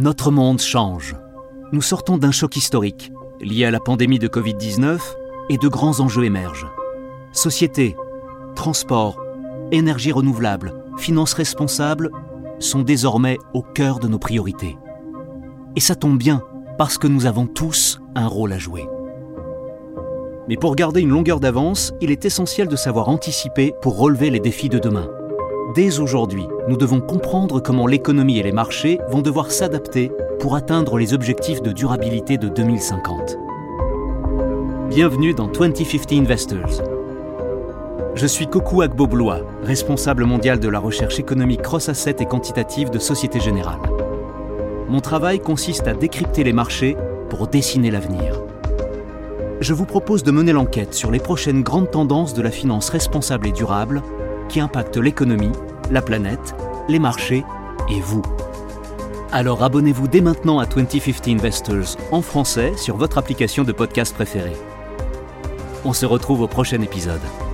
Notre monde change. Nous sortons d'un choc historique, lié à la pandémie de Covid-19, et de grands enjeux émergent. Société, transport, énergie renouvelable, finances responsables sont désormais au cœur de nos priorités. Et ça tombe bien, parce que nous avons tous un rôle à jouer. Mais pour garder une longueur d'avance, il est essentiel de savoir anticiper pour relever les défis de demain. Dès aujourd'hui, nous devons comprendre comment l'économie et les marchés vont devoir s'adapter pour atteindre les objectifs de durabilité de 2050. Bienvenue dans 2050 Investors. Je suis Kokou Agbo-Blois, responsable mondial de la recherche économique cross-asset et quantitative de Société Générale. Mon travail consiste à décrypter les marchés pour dessiner l'avenir. Je vous propose de mener l'enquête sur les prochaines grandes tendances de la finance responsable et durable qui impactent l'économie, la planète, les marchés et vous. Alors abonnez-vous dès maintenant à 2050 Investors en français sur votre application de podcast préférée. On se retrouve au prochain épisode.